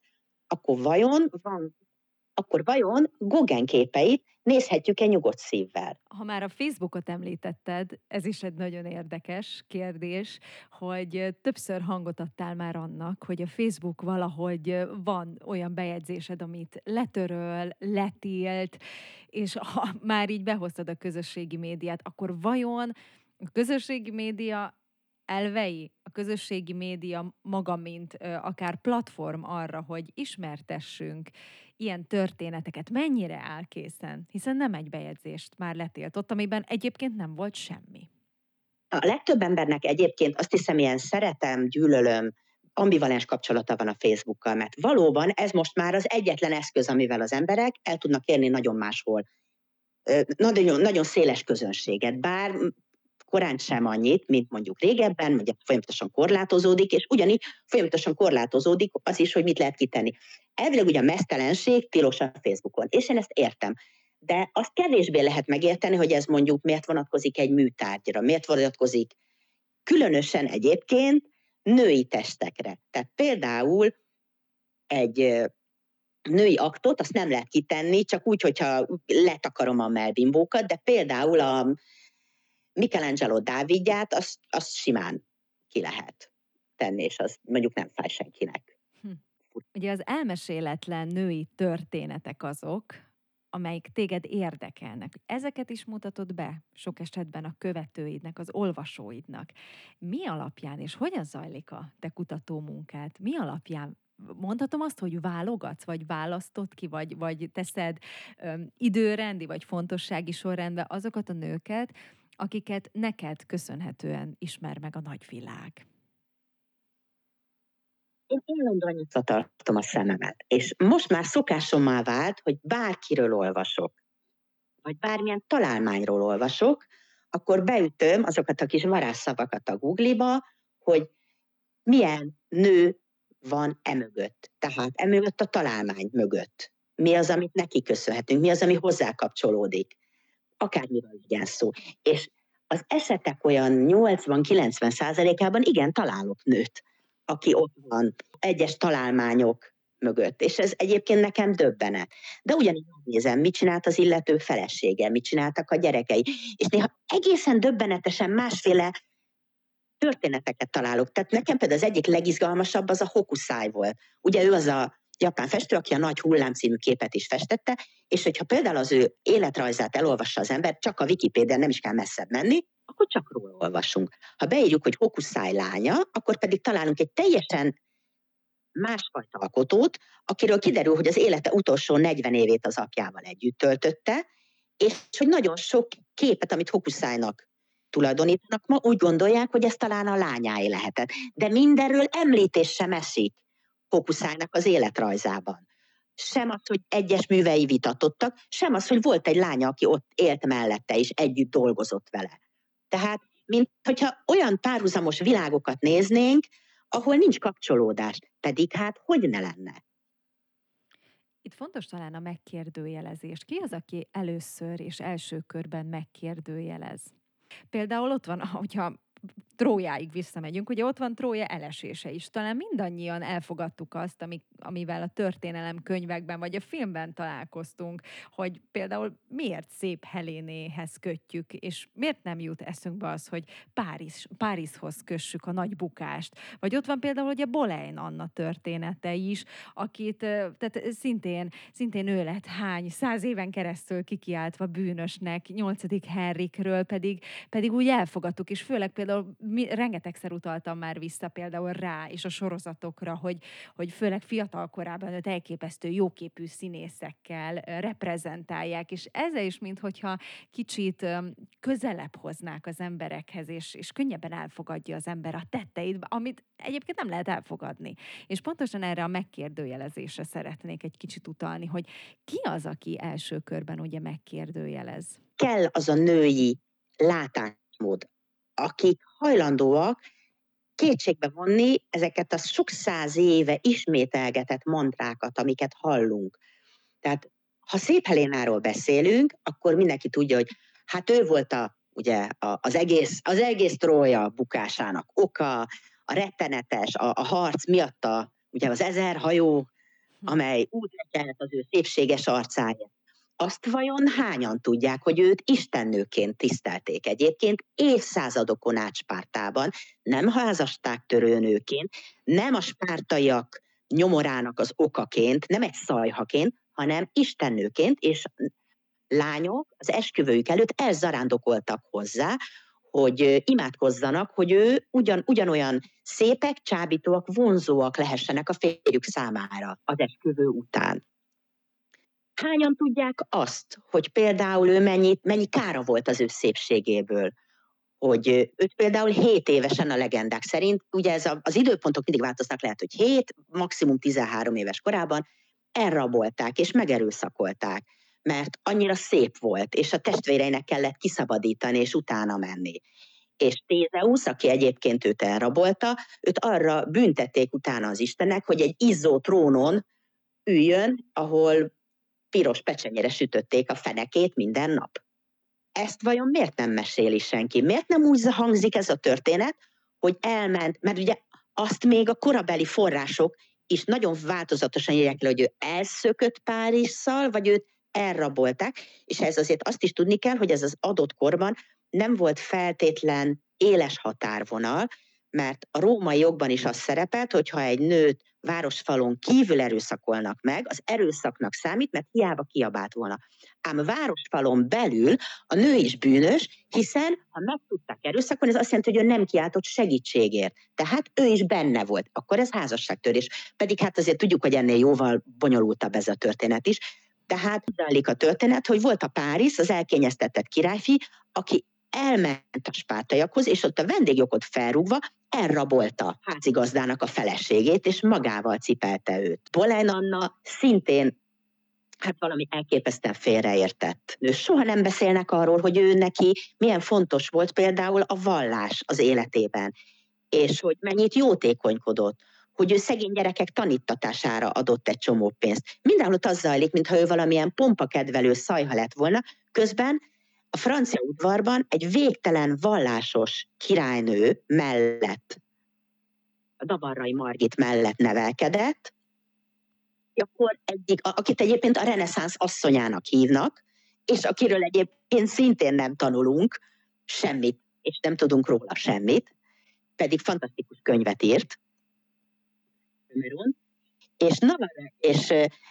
akkor vajon Gauguin képeit nézhetjük-e nyugodt szívvel? Ha már a Facebookot említetted, ez is egy nagyon érdekes kérdés, hogy többször hangot adtál már annak, hogy a Facebook valahogy van olyan bejegyzésed, amit letöröl, letilt, és ha már így behoztad a közösségi médiát, akkor vajon a közösségi média elvei, a közösségi média maga, mint akár platform arra, hogy ismertessünk ilyen történeteket, mennyire áll készen? Hiszen nem egy bejegyzést már letiltott, amiben egyébként nem volt semmi. A legtöbb embernek egyébként azt hiszem, ilyen szeretem, gyűlölöm, ambivalens kapcsolata van a Facebookkal, mert valóban ez most már az egyetlen eszköz, amivel az emberek el tudnak érni nagyon máshol. Nagyon, nagyon széles közönséget, bár korán sem annyit, mint mondjuk régebben, ugye folyamatosan korlátozódik, és ugyanígy folyamatosan korlátozódik az is, hogy mit lehet kitenni. Elvileg ugye a meztelenség tilos a Facebookon, és én ezt értem. De azt kevésbé lehet megérteni, hogy ez mondjuk miért vonatkozik egy műtárgyra, miért vonatkozik különösen egyébként női testekre. Tehát például egy női aktot, azt nem lehet kitenni, csak úgy, hogyha letakarom a mellbimbókat, de például a Michelangelo Dávidját, azt simán ki lehet tenni, és az mondjuk nem fáj senkinek. Ugye az elmeséletlen női történetek azok, amelyik téged érdekelnek. Ezeket is mutatod be sok esetben a követőidnek, az olvasóidnak. Mi alapján és hogyan zajlik a te kutatómunkád? Mi alapján mondhatom azt, hogy válogatsz, vagy választod ki, vagy teszed időrendi, vagy fontossági sorrendbe azokat a nőket, akiket neked köszönhetően ismer meg a nagyvilág? Én állandóan nyitva tartom a szememet, és most már szokásommá vált, hogy bárkiről olvasok, vagy bármilyen találmányról olvasok, akkor beütöm azokat a kis varázsszavakat a Google-ba, hogy milyen nő van emögött. Tehát emögött a találmány mögött. Mi az, amit neki köszönhetünk, mi az, ami hozzá kapcsolódik. Akármiről legyen szó. És az esetek olyan 80-90%-ában igen, találok nőt, aki ott van egyes találmányok mögött. És ez egyébként nekem döbbenet. De ugyanígy nézem, mit csinált az illető felesége, mit csináltak a gyerekei. És néha egészen döbbenetesen másféle történeteket találok. Tehát nekem például az egyik legizgalmasabb az a Hokusai volt. Ugye ő az a japán festő, aki a Nagy hullám című képet is festette, és hogyha például az ő életrajzát elolvassa az ember, csak a Wikipédián nem is kell messzebb menni, akkor csak róla olvasunk. Ha beírjuk, hogy Hokusai lánya, akkor pedig találunk egy teljesen másfajta alkotót, akiről kiderül, hogy az élete utolsó 40 évét az apjával együtt töltötte, és hogy nagyon sok képet, amit Hokusainak tulajdonítanak, ma úgy gondolják, hogy ez talán a lányáé lehetett. De mindenről említés sem esik Hokusainak az életrajzában. Sem az, hogy egyes művei vitatottak, sem az, hogy volt egy lánya, aki ott élt mellette, és együtt dolgozott vele. Tehát, mint hogyha olyan párhuzamos világokat néznénk, ahol nincs kapcsolódás, pedig hát hogy ne lenne? Itt fontos talán a megkérdőjelezés. Ki az, aki először és első körben megkérdőjelez? Például ott van, hogyha Trójáig visszamegyünk, ugye ott van Trója elesése is. Talán mindannyian elfogadtuk azt, amivel a történelemkönyvekben vagy a filmben találkoztunk, hogy például miért szép Helénéhez kötjük, és miért nem jut eszünkbe az, hogy Párizhoz kössük a nagy bukást. Vagy ott van például ugye Boleyn Anna története is, akit tehát szintén ő lett 100 éven keresztül kikiáltva bűnösnek, 8. Henrikről pedig úgy elfogadtuk, és főleg például rengetegszer utaltam már vissza például rá és a sorozatokra, hogy főleg fiatal korában őt elképesztő jóképű színészekkel reprezentálják, és ezzel is, minthogyha kicsit közelebb hoznák az emberekhez, és könnyebben elfogadja az ember a tetteit, amit egyébként nem lehet elfogadni. És pontosan erre a megkérdőjelezésre szeretnék egy kicsit utalni, hogy ki az, aki első körben ugye megkérdőjelez? Kell az a női látásmód, akik hajlandóak kétségbe vonni ezeket a sok száz éve ismételgetett mantrákat, amiket hallunk. Tehát, ha Szép Helénáról beszélünk, akkor mindenki tudja, hogy hát ő volt a ugye az egész Trója bukásának oka, a rettenetes, a harc miatta, ugye az 1000 hajó, amely úgy lekelt az ő szépséges arcáért. Azt vajon hányan tudják, hogy őt istennőként tisztelték egyébként évszázadokon át Spártában, nem házasságtörőnőként, nem a spártaiak nyomorának az okaként, nem egy szajhaként, hanem istennőként, és lányok az esküvőjük előtt elzarándokoltak hozzá, hogy imádkozzanak, hogy ő ugyanolyan szépek, csábítóak, vonzóak lehessenek a férjük számára az esküvő után. Hányan tudják azt, hogy például ő mennyi kára volt az ő szépségéből, hogy őt például 7 évesen a legendák szerint, ugye az időpontok mindig változnak, lehet, hogy 7, maximum 13 éves korában elrabolták és megerőszakolták, mert annyira szép volt, és a testvéreinek kellett kiszabadítani és utána menni. És Tézeusz, aki egyébként őt elrabolta, őt arra büntették utána az istenek, hogy egy izzó trónon üljön, ahol piros pecsenyére sütötték a fenekét minden nap. Ezt vajon miért nem meséli senki? Miért nem úgy hangzik ez a történet, hogy elment, mert ugye azt még a korabeli források is nagyon változatosan írják le, hogy ő elszökött Párisszal, vagy őt elrabolták, és ez azért azt is tudni kell, hogy ez az adott korban nem volt feltétlen éles határvonal, mert a római jogban is az szerepelt, hogyha egy nőt városfalon kívül erőszakolnak meg, az erőszaknak számít, mert hiába kiabált volna. Ám városfalon belül a nő is bűnös, hiszen ha meg tudták erőszakolni, ez azt jelenti, hogy ő nem kiáltott segítségért. Tehát ő is benne volt. Akkor ez házasságtörés. Pedig hát azért tudjuk, hogy ennél jóval bonyolultabb ez a történet is. Tehát zajlik a történet, hogy volt a Párisz, az elkényeztetett királyfi, aki elment a spártaiakhoz, és ott a vendégjogot felrúgva elrabolta házigazdának a feleségét, és magával cipelte őt. Boleyn Anna szintén valami elképesztően félreértett. Soha nem beszélnek arról, hogy ő neki milyen fontos volt például a vallás az életében, és hogy mennyit jótékonykodott, hogy ő szegény gyerekek tanítatására adott egy csomó pénzt. Mindenhol ott az zajlik, mintha ő valamilyen pompakedvelő szajha lett volna, közben a francia udvarban egy végtelen vallásos királynő mellett, a Navarrai Margit mellett nevelkedett, akkor akit egyébként a reneszánsz asszonyának hívnak, és akiről egyébként szintén nem tanulunk semmit, és nem tudunk róla semmit, pedig fantasztikus könyvet írt, és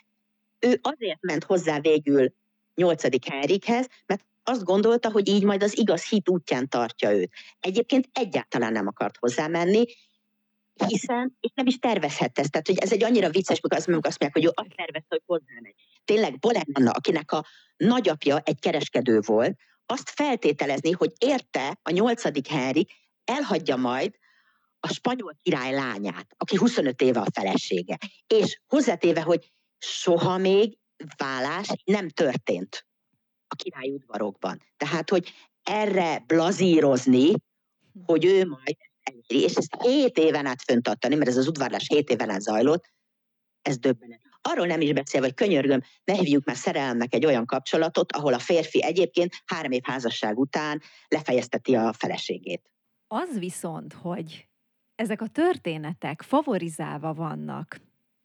ő azért ment hozzá végül 8. Henrikhez, mert azt gondolta, hogy így majd az igaz hit útján tartja őt. Egyébként egyáltalán nem akart hozzá menni, hiszen, és nem is tervezhette ezt, tehát hogy ez egy annyira vicces, mikor azt mondják, hogy ő azt tervezte, hogy hozzámegy. Tényleg Boleyn Anna, akinek a nagyapja egy kereskedő volt, azt feltételezni, hogy érte a 8. Henrik elhagyja majd a spanyol király lányát, aki 25 éve a felesége. És hozzátéve, hogy soha még válás nem történt a király udvarokban. Tehát, hogy erre blazírozni, hogy ő majd és ezt 7 éven át föntartani, mert ez az udvarlás 7 éven át zajlott, ez döbbenet. Arról nem is beszél, hogy könyörgöm, ne hívjuk már szerelemnek egy olyan kapcsolatot, ahol a férfi egyébként 3 év házasság után lefejezteti a feleségét. Az viszont, hogy ezek a történetek favorizálva vannak,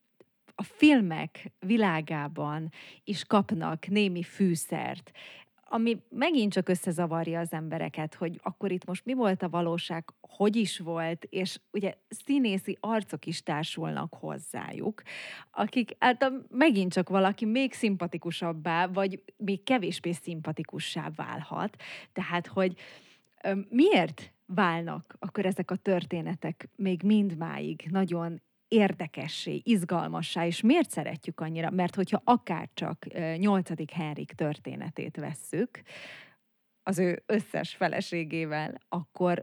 a filmek világában is kapnak némi fűszert, ami megint csak összezavarja az embereket, hogy akkor itt most mi volt a valóság, hogy is volt, és ugye színészi arcok is társulnak hozzájuk, akik által megint csak valaki még szimpatikusabbá, vagy még kevésbé szimpatikussá válhat. Tehát, hogy miért válnak akkor ezek a történetek még mindmáig nagyon érdekessé, izgalmassá, és miért szeretjük annyira? Mert hogyha akárcsak 8. Henrik történetét vesszük, az ő összes feleségével, akkor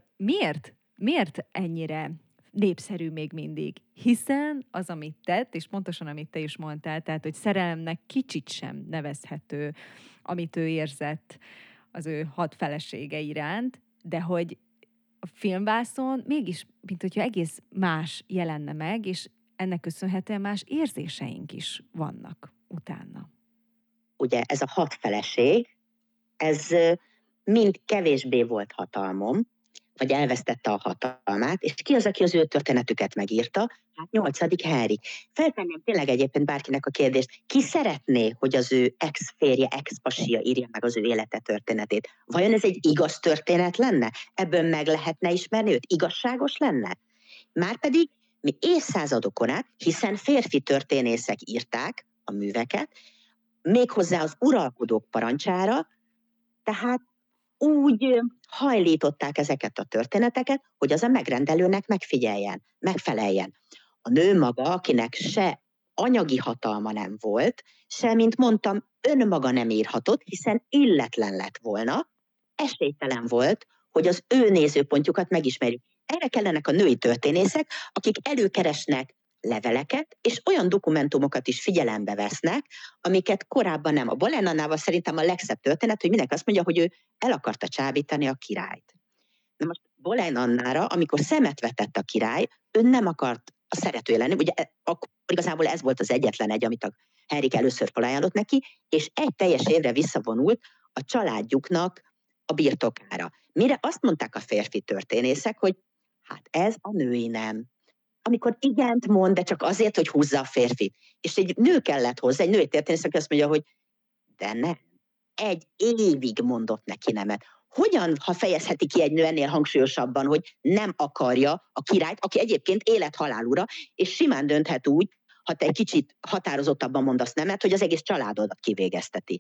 miért ennyire népszerű még mindig? Hiszen az, amit tett, és pontosan amit te is mondtál, tehát, hogy szerelemnek kicsit sem nevezhető, amit ő érzett az ő 6 felesége iránt, de hogy a filmvászon mégis, mint hogyha egész más jelenne meg, és ennek köszönhetően más érzéseink is vannak utána. Ugye ez a 6 feleség, ez mind kevésbé volt hatalmom, vagy elvesztette a hatalmát, és ki az, aki az ő történetüket megírta? Hát 8. Henrik. Feltenném tényleg egyébként bárkinek a kérdést, ki szeretné, hogy az ő ex-férje, ex-pasia írja meg az ő élete történetét? Vajon ez egy igaz történet lenne? Ebből meg lehetne ismerni őt? Igazságos lenne? Márpedig mi évszázadokon át, hiszen férfi történészek írták a műveket, méghozzá az uralkodók parancsára, tehát úgy hajlították ezeket a történeteket, hogy az a megrendelőnek megfeleljen. A nő maga, akinek se anyagi hatalma nem volt, se, mint mondtam, önmaga nem írhatott, hiszen illetlen lett volna, esélytelen volt, hogy az ő nézőpontjukat megismerjük. Erre kellenek a női történészek, akik előkeresnek leveleket, és olyan dokumentumokat is figyelembe vesznek, amiket korábban nem. A Boleyn Annával szerintem a legszebb történet, hogy mindenki azt mondja, hogy ő el akarta csábítani a királyt. Na most Boleyn Annára, amikor szemet vetett a király, ő nem akart a szeretője lenni, ugye akkor igazából ez volt az egyetlen egy, amit a Henrik először felajánlott neki, és egy teljes évre visszavonult a családjuknak a birtokára. Mire azt mondták a férfi történészek, hogy hát ez a női nem. Amikor igent mond, de csak azért, hogy húzza a férfit. És egy nő kellett hozzá, egy női történész, aki azt mondja, hogy de nem. Egy évig mondott neki nemet. Hogyan, ha fejezheti ki egy nő ennél hangsúlyosabban, hogy nem akarja a királyt, aki egyébként élet-halál ura, és simán dönthet úgy, ha te egy kicsit határozottabban mondasz nemet, hogy az egész családodat kivégezteti.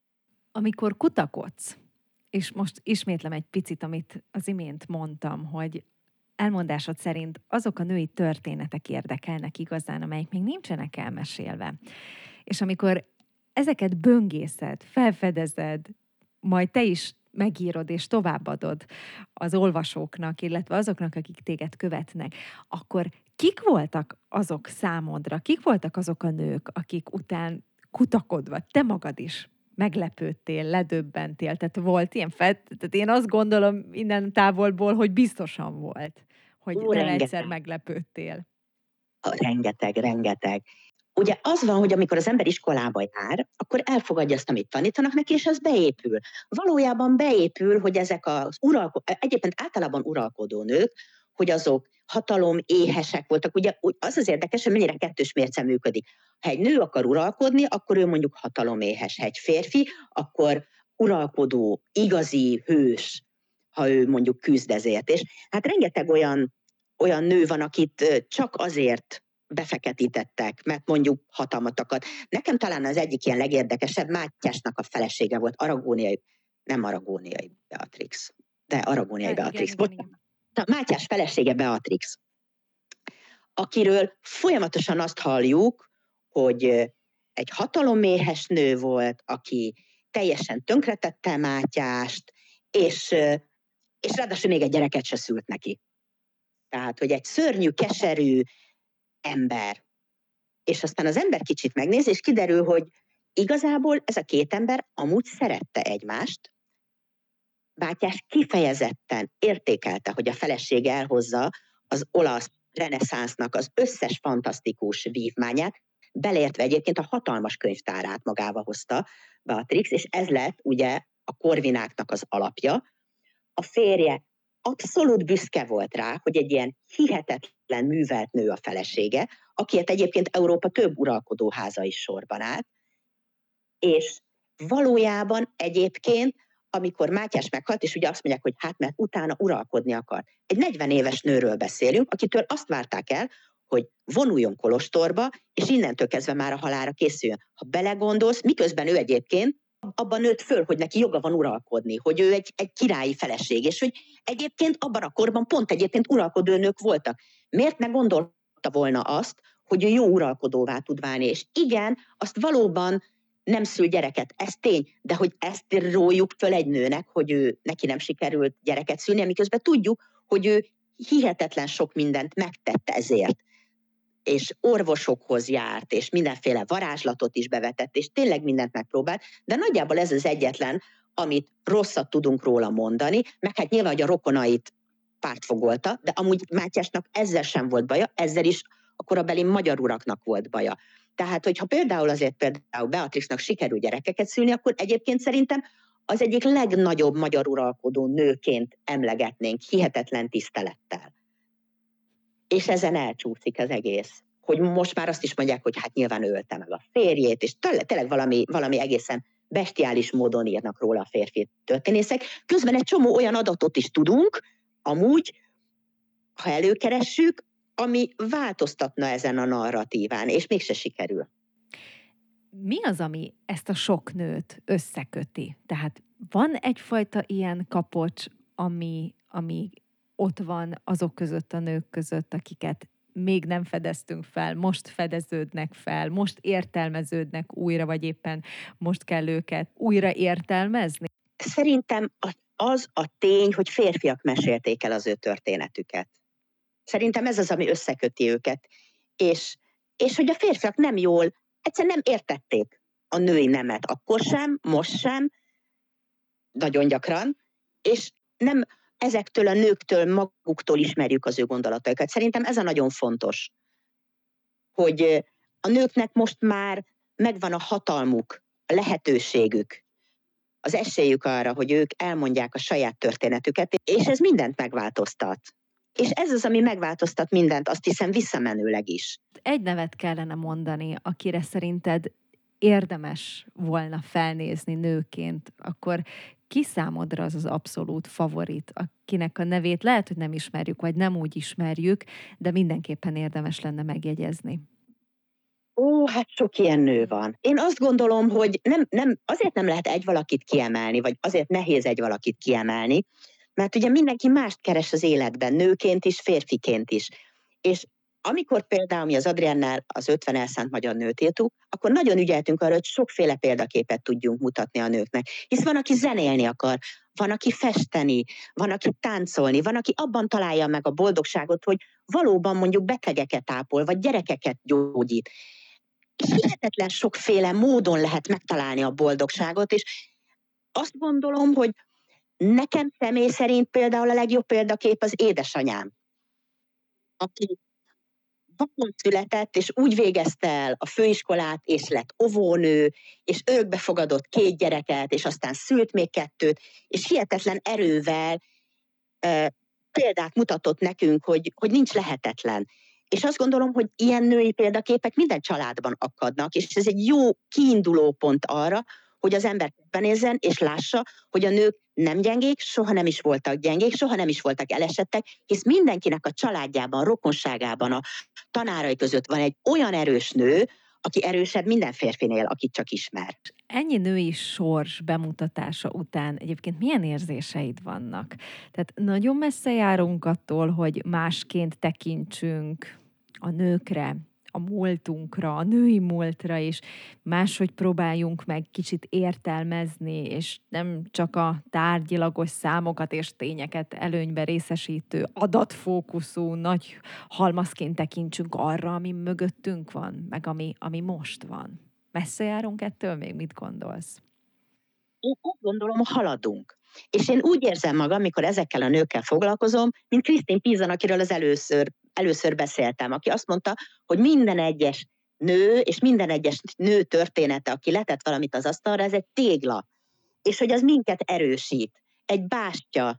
Amikor kutakodsz, és most ismétlem egy picit, amit az imént mondtam, hogy elmondásod szerint azok a női történetek érdekelnek igazán, amelyek még nincsenek elmesélve. És amikor ezeket böngészed, felfedezed, majd te is megírod és továbbadod az olvasóknak, illetve azoknak, akik téged követnek, akkor kik voltak azok számodra, kik voltak azok a nők, akik után kutakodva, te magad is meglepődtél, ledöbbentél, tehát volt ilyen tehát én azt gondolom innen távolból, hogy biztosan volt, hogy nem egyszer meglepődtél. Rengeteg. Ugye az van, hogy amikor az ember iskolába jár, akkor elfogadja azt, amit tanítanak neki, és az beépül. Valójában beépül, hogy ezek az egyébként általában uralkodó nők, hogy azok hatalom éhesek voltak. Ugye az érdekes, hogy mennyire kettős mérce működik. Ha egy nő akar uralkodni, akkor ő mondjuk hataloméhes. Ha egy férfi, akkor uralkodó, igazi hős, ha ő mondjuk küzd ezért. És hát rengeteg olyan nő van, akit csak azért befeketítettek, mert mondjuk hatalmat akart. Nekem talán az egyik ilyen legérdekesebb Mátyásnak a felesége volt, nem Aragóniai Beatrix, de Aragóniai Beatrix. Igen. Mátyás felesége Beatrix, akiről folyamatosan azt halljuk, hogy egy hatalomméhes nő volt, aki teljesen tönkretette Mátyást, és ráadásul még egy gyereket se szült neki. Tehát, hogy egy szörnyű, keserű ember. És aztán az ember kicsit megnéz, és kiderül, hogy igazából ez a két ember amúgy szerette egymást. Mátyás kifejezetten értékelte, hogy a felesége elhozza az olasz reneszánsznak az összes fantasztikus vívmányát, beleértve egyébként a hatalmas könyvtárát magába hozta Beatrix, és ez lett ugye a Korvináknak az alapja. A férje abszolút büszke volt rá, hogy egy ilyen hihetetlen művelt nő a felesége, akiért egyébként Európa több uralkodóháza is sorban állt, és valójában egyébként, amikor Mátyás meghalt, és ugye azt mondják, hogy hát mert utána uralkodni akar. Egy 40 éves nőről beszélünk, akitől azt várták el, hogy vonuljon kolostorba, és innentől kezdve már a halálra készüljön. Ha belegondolsz, miközben ő egyébként abban nőtt föl, hogy neki joga van uralkodni, hogy ő egy királyi feleség, és hogy egyébként abban a korban pont egyébként uralkodó nők voltak. Miért ne gondolta volna azt, hogy ő jó uralkodóvá tud válni? És igen, azt valóban nem szül gyereket, ez tény, de hogy ezt rójuk föl egy nőnek, hogy neki nem sikerült gyereket szülni, miközben tudjuk, hogy ő hihetetlen sok mindent megtett ezért, és orvosokhoz járt, és mindenféle varázslatot is bevetett, és tényleg mindent megpróbált, de nagyjából ez az egyetlen, amit rosszat tudunk róla mondani, meg hát nyilván, hogy a rokonait pártfogolta, de amúgy Mátyásnak ezzel sem volt baja, ezzel is a korabeli magyar uraknak volt baja. Tehát, hogyha például Beatrixnak sikerül gyerekeket szülni, akkor egyébként szerintem az egyik legnagyobb magyar uralkodó nőként emlegetnénk hihetetlen tisztelettel. És ezen elcsúszik az egész. Hogy most már azt is mondják, hogy hát nyilván ő ölte meg a férjét, és tényleg valami egészen bestiális módon írnak róla a férfi történészek. Közben egy csomó olyan adatot is tudunk, amúgy, ha előkeressük, ami változtatna ezen a narratíván, és mégse sikerül. Mi az, ami ezt a sok nőt összeköti? Tehát van egyfajta ilyen kapocs, ami ott van azok között a nők között, akiket még nem fedeztünk fel, most fedeződnek fel, most értelmeződnek újra, vagy éppen most kell őket újra értelmezni? Szerintem az a tény, hogy férfiak mesélték el az ő történetüket. Szerintem ez az, ami összeköti őket. És hogy a férfiak nem jól, egyszerűen nem értették a női nemet, akkor sem, most sem, nagyon gyakran, és nem ezektől a nőktől, maguktól ismerjük az ő gondolataikat. Szerintem ez a nagyon fontos, hogy a nőknek most már megvan a hatalmuk, a lehetőségük, az esélyük arra, hogy ők elmondják a saját történetüket, és ez mindent megváltoztat. És ez az, ami megváltoztat mindent, azt hiszem visszamenőleg is. Egy nevet kellene mondani, akire szerinted érdemes volna felnézni nőként, akkor ki számodra az az abszolút favorit, akinek a nevét lehet, hogy nem ismerjük, vagy nem úgy ismerjük, de mindenképpen érdemes lenne megjegyezni? Hát sok ilyen nő van. Én azt gondolom, hogy azért nem lehet egy valakit kiemelni, vagy azért nehéz egy valakit kiemelni, mert ugye mindenki mást keres az életben, nőként is, férfiként is. És amikor például mi az Adriennel az 50 elszánt magyar nőt írtuk, akkor nagyon ügyeltünk arra, hogy sokféle példaképet tudjunk mutatni a nőknek. Hisz van, aki zenélni akar, van, aki festeni, van, aki táncolni, van, aki abban találja meg a boldogságot, hogy valóban mondjuk betegeket ápol, vagy gyerekeket gyógyít. Hihetetlen sokféle módon lehet megtalálni a boldogságot, és azt gondolom, hogy nekem személy szerint például a legjobb példakép az édesanyám, aki vakon született, és úgy végezte el a főiskolát, és lett óvónő, és örökbefogadott 2 gyereket, és aztán szült még 2, és hihetetlen erővel példát mutatott nekünk, hogy nincs lehetetlen. És azt gondolom, hogy ilyen női példaképek minden családban akadnak, és ez egy jó kiinduló pont arra, hogy az ember benézzen, és lássa, hogy a nők nem gyengék, soha nem is voltak gyengék, soha nem is voltak elesettek, hisz mindenkinek a családjában, rokonságában, a tanárai között van egy olyan erős nő, aki erősebb minden férfinél, akit csak ismer. Ennyi női sors bemutatása után egyébként milyen érzéseid vannak? Tehát nagyon messze járunk attól, hogy másként tekintsünk a nőkre, a múltunkra, a női múltra, és máshogy próbáljunk meg kicsit értelmezni, és nem csak a tárgyilagos számokat és tényeket előnybe részesítő, adatfókuszú nagy halmazként tekintsünk arra, ami mögöttünk van, meg ami most van. Messze járunk ettől még? Mit gondolsz? Én úgy gondolom, haladunk. És én úgy érzem magam, amikor ezekkel a nőkkel foglalkozom, mint Christine Pizan, akiről az először beszéltem, aki azt mondta, hogy minden egyes nő, és minden egyes nő története, aki letett valamit az asztalra, ez egy tégla. És hogy az minket erősít. Egy bástya,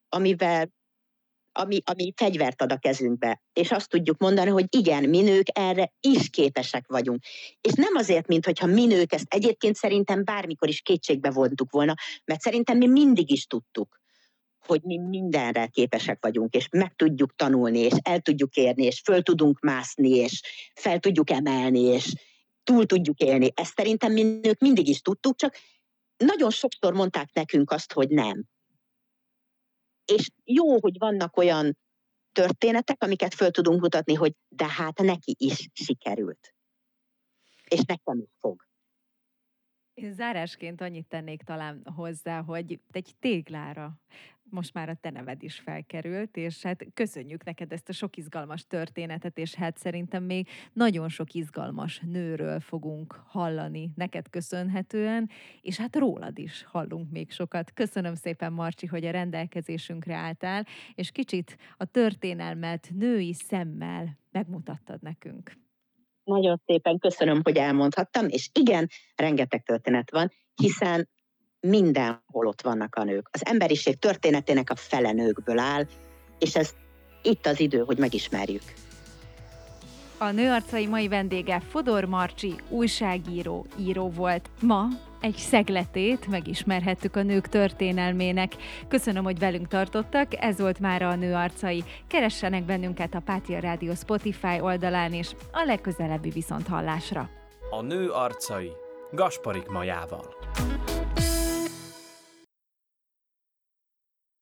ami fegyvert ad a kezünkbe. És azt tudjuk mondani, hogy igen, mi nők erre is képesek vagyunk. És nem azért, mintha mi nők ezt egyébként szerintem bármikor is kétségbe vontuk volna, mert szerintem mi mindig is tudtuk, hogy mi mindenre képesek vagyunk, és meg tudjuk tanulni, és el tudjuk érni, és föl tudunk mászni, és fel tudjuk emelni, és túl tudjuk élni. Ezt szerintem mi nők mindig is tudtuk, csak nagyon sokszor mondták nekünk azt, hogy nem. És jó, hogy vannak olyan történetek, amiket föl tudunk mutatni, hogy de hát neki is sikerült. És nekem is fog. Én zárásként annyit tennék talán hozzá, hogy egy téglára most már a te neved is felkerült, és hát köszönjük neked ezt a sok izgalmas történetet, és hát szerintem még nagyon sok izgalmas nőről fogunk hallani neked köszönhetően, és hát rólad is hallunk még sokat. Köszönöm szépen, Marcsi, hogy a rendelkezésünkre álltál, és kicsit a történelmet női szemmel megmutattad nekünk. Nagyon szépen köszönöm, hogy elmondhattam, és igen, rengeteg történet van, hiszen mindenhol ott vannak a nők. Az emberiség történetének a fele nőkből áll, és ez itt az idő, hogy megismerjük. A Nő arcai mai vendége Fodor Marcsi, újságíró, író volt. Ma egy szegletét megismerhettük a nők történelmének. Köszönöm, hogy velünk tartottak, ez volt mára a Nő arcai. Keressenek bennünket a Pátia Rádió Spotify oldalán is, a legközelebbi viszonthallásra. A Nő arcai Gasparik Majával.